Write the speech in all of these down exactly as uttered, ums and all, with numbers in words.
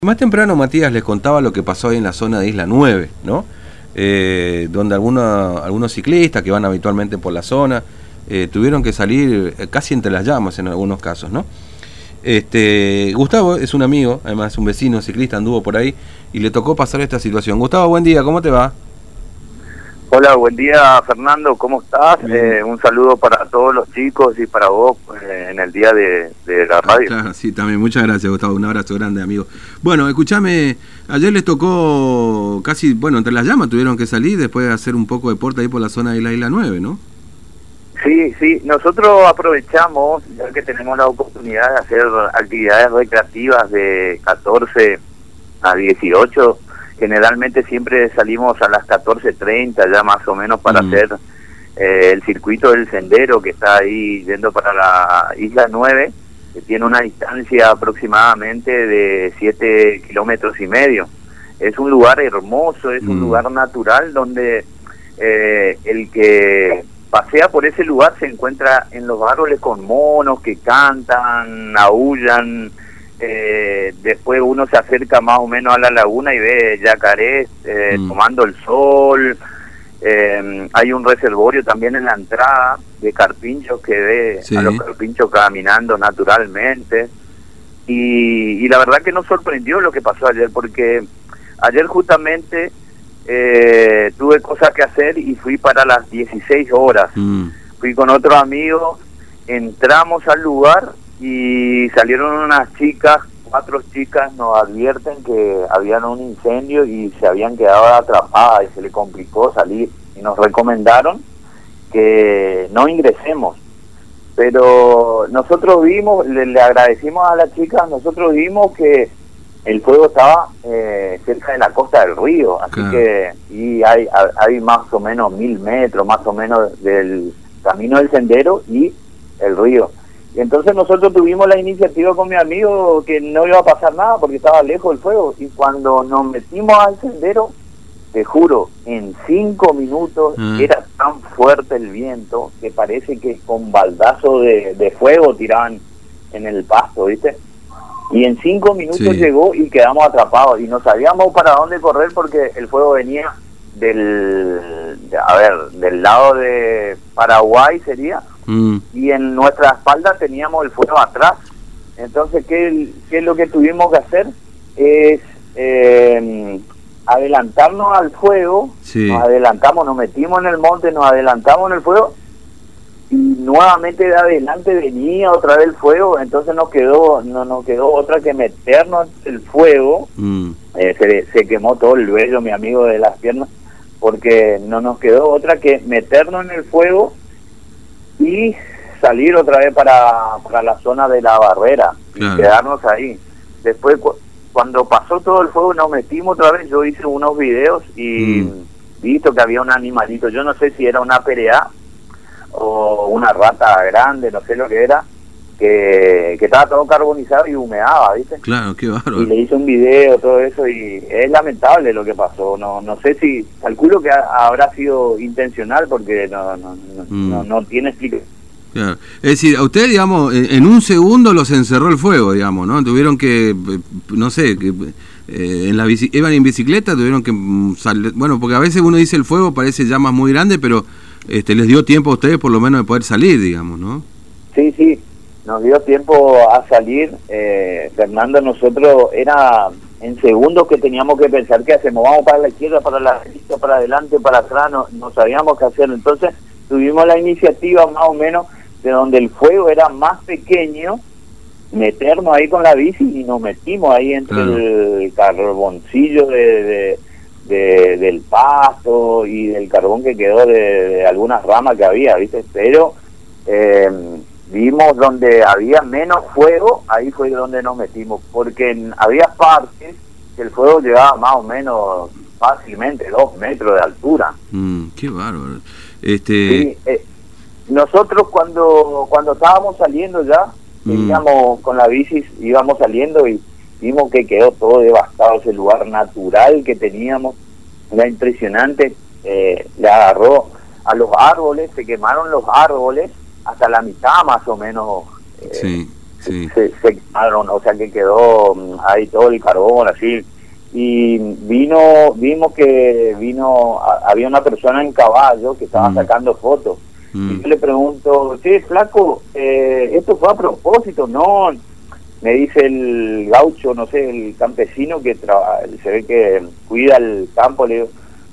Más temprano Matías les contaba lo que pasó ahí en la zona de Isla nueve, ¿no? Eh, donde alguna, algunos ciclistas que van habitualmente por la zona eh, tuvieron que salir casi entre las llamas en algunos casos, ¿no? Este, Gustavo es un amigo, además un vecino ciclista, anduvo por ahí y le tocó pasar esta situación. Gustavo, buen día, ¿cómo te va? Hola, buen día Fernando, ¿cómo estás? Eh, un saludo para todos los chicos y para vos eh, en el día de, de la radio. Ah, claro, sí, también, muchas gracias Gustavo, un abrazo grande amigo. Bueno, escúchame, ayer les tocó casi, bueno, entre las llamas tuvieron que salir después de hacer un poco de deporte ahí por la zona de la Isla nueve, ¿no? Sí, sí, nosotros aprovechamos, ya que tenemos la oportunidad de hacer actividades recreativas de catorce a dieciocho, generalmente siempre salimos a las catorce treinta ya más o menos para mm. hacer eh, el circuito del sendero que está ahí yendo para la Isla nueve, que tiene una distancia aproximadamente de siete kilómetros y medio. Es un lugar hermoso, es mm. un lugar natural donde eh, el que pasea por ese lugar se encuentra en los árboles con monos que cantan, aúllan. Eh, después uno se acerca más o menos a la laguna y ve yacarés eh, mm. tomando el sol. Eh, hay un reservorio también en la entrada de carpinchos que ve sí. a los carpinchos caminando naturalmente. Y, y la verdad que nos sorprendió lo que pasó ayer, porque ayer justamente eh, tuve cosas que hacer y fui para las dieciséis horas. Mm. Fui con otro amigo, entramos al lugar y salieron unas chicas, cuatro chicas nos advierten que habían un incendio y se habían quedado atrapadas y se le complicó salir y nos recomendaron que no ingresemos. Pero nosotros vimos, le, le agradecimos a las chicas, nosotros vimos que el fuego estaba eh, cerca de la costa del río, así claro. que y hay, hay más o menos mil metros más o menos del camino del sendero y el río. Y entonces nosotros tuvimos la iniciativa con mi amigo que no iba a pasar nada porque estaba lejos del fuego, y cuando nos metimos al sendero, te juro, en cinco minutos mm. era tan fuerte el viento que parece que con baldazo de, de fuego tiraban en el pasto, ¿viste? Y en cinco minutos sí. llegó y quedamos atrapados y no sabíamos para dónde correr porque el fuego venía del, a ver, del lado de Paraguay sería, mm. y en nuestra espalda teníamos el fuego atrás. Entonces, ¿qué, qué es lo que tuvimos que hacer? Es eh, adelantarnos al fuego, sí. nos adelantamos, nos metimos en el monte, nos adelantamos en el fuego, y nuevamente de adelante venía otra vez el fuego. Entonces nos quedó no nos quedó otra que meternos en el fuego. mm. eh, se, se quemó todo el vello, mi amigo, de las piernas, porque no nos quedó otra que meternos en el fuego y salir otra vez para, para la zona de la barrera, claro. y quedarnos ahí. Después cu cuando pasó todo el fuego nos metimos otra vez. Yo hice unos videos y mm. visto que había un animalito, yo no sé si era una pereá o una rata grande, no sé lo que era, que, que estaba todo carbonizado y humeaba, ¿viste? Claro, qué bárbaro. Y le hice un video, todo eso, y es lamentable lo que pasó. No no sé si, calculo que ha, habrá sido intencional porque no no no, mm. no, no tiene explicación. Claro. Es decir, a ustedes, digamos, en un segundo los encerró el fuego, digamos, ¿no? Tuvieron que, no sé, que eh, en la bici, iban en bicicleta, tuvieron que salir, bueno, porque a veces uno dice el fuego parece llamas muy grande, pero este les dio tiempo a ustedes por lo menos de poder salir, digamos, ¿no? Sí, sí, nos dio tiempo a salir. eh, Fernando, nosotros era en segundos que teníamos que pensar qué hacemos, vamos para la izquierda, para la derecha, para adelante, para atrás, no, no sabíamos qué hacer. Entonces tuvimos la iniciativa más o menos de donde el fuego era más pequeño, meternos ahí con la bici y nos metimos ahí entre claro. el carboncillo de, de, de del pasto y del carbón que quedó de, de algunas ramas que había, ¿viste? Pero eh, vimos donde había menos fuego, ahí fue donde nos metimos, porque en, había partes que el fuego llegaba más o menos fácilmente dos metros de altura. Mm, qué bárbaro. Este... Sí, eh, nosotros cuando cuando estábamos saliendo ya, mm. íbamos con la bici, íbamos saliendo y vimos que quedó todo devastado, ese lugar natural que teníamos, era impresionante. Eh, le agarró a los árboles, se quemaron los árboles hasta la mitad más o menos, eh, sí. sí. se, se quemaron, o sea que quedó mm, ahí todo el carbón así. Y vino, vimos que vino, a, había una persona en caballo que estaba Mm. sacando fotos. Mm. Y yo le pregunto, sí, flaco, eh, ¿esto fue a propósito? No, me dice el gaucho, no sé, el campesino que traba, se ve que cuida el campo, le digo,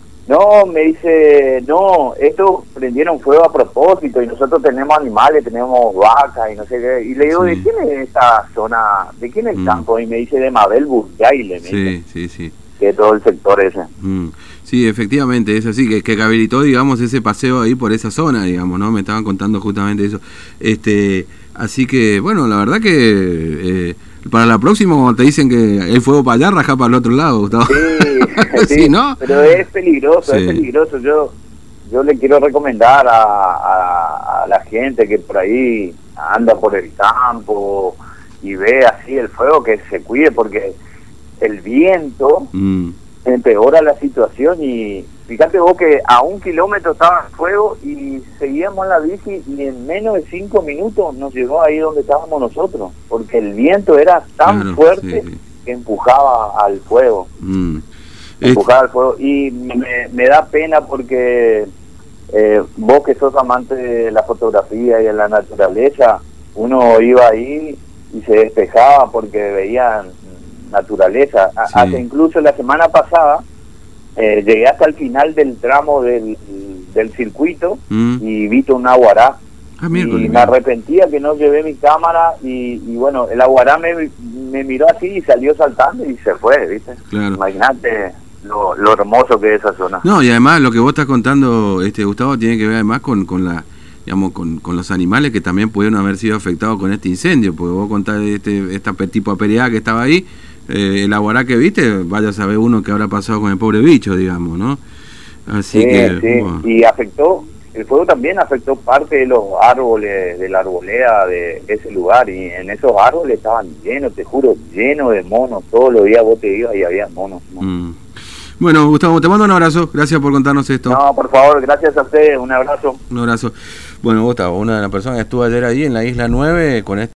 no, me dice, no, esto prendieron fuego a propósito y nosotros tenemos animales, tenemos vacas y no sé qué. Y le digo, Sí. ¿de quién es esta zona? ¿De quién es el Mm. campo? Y me dice, de Mabel Burgaile, me Sí, dice, sí, sí. que todo el sector ese. Mm. Sí, efectivamente, es así, que, que habilitó, digamos, ese paseo ahí por esa zona, digamos, ¿no? Me estaban contando justamente eso. Este, así que, bueno, la verdad que eh, para la próxima, cuando te dicen que hay fuego para allá, rajá para el otro lado, Gustavo. Sí, sí, Sí, ¿no? pero es peligroso, Sí. es peligroso. Yo yo le quiero recomendar a, a, a la gente que por ahí anda por el campo y ve así el fuego, que se cuide, porque el viento Mm. empeora la situación. Y fíjate vos que a un kilómetro estaba el fuego y seguíamos la bici y en menos de cinco minutos nos llegó ahí donde estábamos nosotros, porque el viento era tan Claro, fuerte sí, sí. que empujaba al fuego. Mm. Empujar al fuego. Y me, me da pena porque eh, vos que sos amante de la fotografía y de la naturaleza, uno iba ahí y se despejaba porque veía naturaleza. A- Sí. Hasta incluso la semana pasada eh, llegué hasta el final del tramo del, del circuito Mm. y vi un aguará. Ah, miércoles, Y me mira. arrepentía que no llevé mi cámara y, y bueno, el aguará me, me miró así y salió saltando y se fue, ¿viste? Claro. Imagínate lo, lo hermoso que es esa zona. No, y además lo que vos estás contando, este Gustavo, tiene que ver además con, con la digamos con, con los animales que también pudieron haber sido afectados con este incendio, porque vos contás este esta pe- tipo de pereada que estaba ahí, eh, el aguará que viste, vaya a saber uno qué habrá pasado con el pobre bicho, digamos, ¿no? Así Sí, que sí. bueno. Y afectó, el fuego también afectó parte de los árboles, de la arboleda de ese lugar, y en esos árboles estaban llenos, te juro, llenos de monos. Todos los días vos te ibas y había monos. ¿no? Mm. Bueno, Gustavo, te mando un abrazo, gracias por contarnos esto. No, por favor, gracias a ustedes, un abrazo. Un abrazo. Bueno, Gustavo, una de las personas que estuvo ayer ahí en la isla nueve con este